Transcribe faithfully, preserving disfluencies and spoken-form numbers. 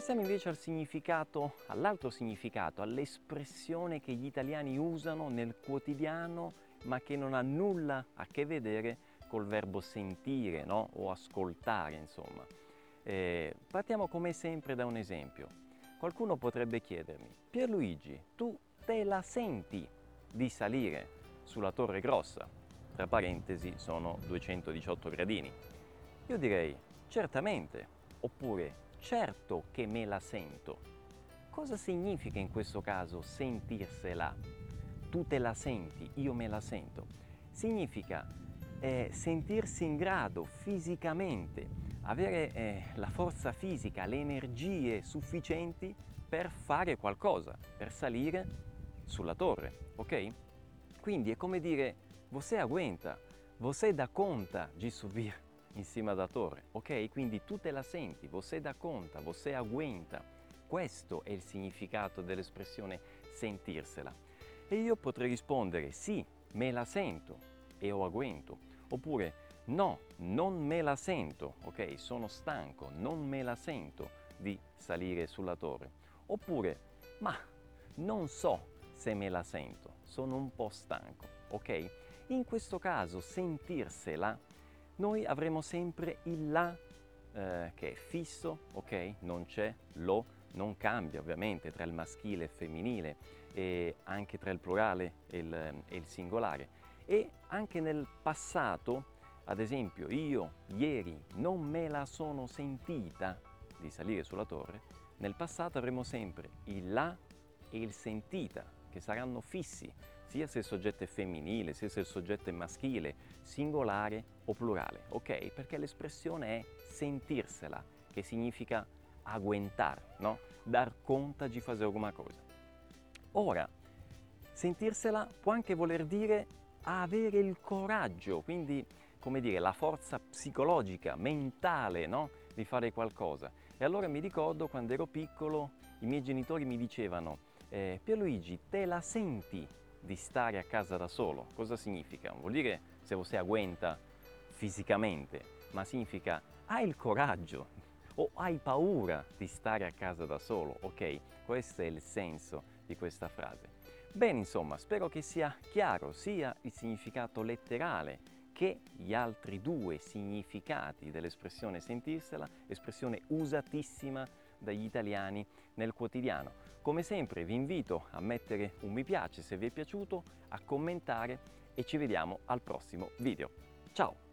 Passiamo invece al significato, all'altro significato, all'espressione che gli italiani usano nel quotidiano, ma che non ha nulla a che vedere col verbo sentire, no? O ascoltare, insomma. Eh, partiamo come sempre da un esempio. Qualcuno potrebbe chiedermi: Pierluigi, tu te la senti di salire sulla Torre Grossa? Tra parentesi sono duecentodiciotto gradini. Io direi certamente, oppure certo che me la sento. Cosa significa in questo caso sentirsela? Tu te la senti, io me la sento. Significa eh, sentirsi in grado fisicamente, avere eh, la forza fisica, le energie sufficienti per fare qualcosa, per salire sulla torre, ok? Quindi è come dire, você aguenta, você dà conta de subir in cima da torre, ok? Quindi tu te la senti, você dà conta, você aguenta. Questo è il significato dell'espressione sentirsela. E io potrei rispondere sì, me la sento e ho aguento, oppure no, non me la sento, ok? Sono stanco, non me la sento di salire sulla torre. Oppure, ma non so se me la sento, sono un po' stanco, ok? In questo caso sentirsela, noi avremo sempre il la eh, che è fisso, ok? Non c'è lo, non cambia ovviamente tra il maschile e il femminile e anche tra il plurale e il, e il singolare. E anche nel passato, ad esempio, io ieri non me la sono sentita di salire sulla torre, nel passato avremo sempre il la e il sentita, che saranno fissi, sia se il soggetto è femminile, sia se il soggetto è maschile, singolare o plurale, ok? Perché l'espressione è sentirsela, che significa aguentar, no? Dar conta di fare alguma cosa. Ora, sentirsela può anche voler dire avere il coraggio, quindi, come dire, la forza psicologica, mentale, no? Di fare qualcosa. E allora mi ricordo quando ero piccolo, i miei genitori mi dicevano: Eh, Pierluigi, te la senti di stare a casa da solo? Cosa significa? Non vuol dire se você aguenta fisicamente, ma significa hai il coraggio o hai paura di stare a casa da solo, ok? Questo è il senso di questa frase. Bene, insomma, spero che sia chiaro sia il significato letterale che gli altri due significati dell'espressione sentirsela, espressione usatissima dagli italiani nel quotidiano. Come sempre vi invito a mettere un mi piace se vi è piaciuto, a commentare e ci vediamo al prossimo video. Ciao!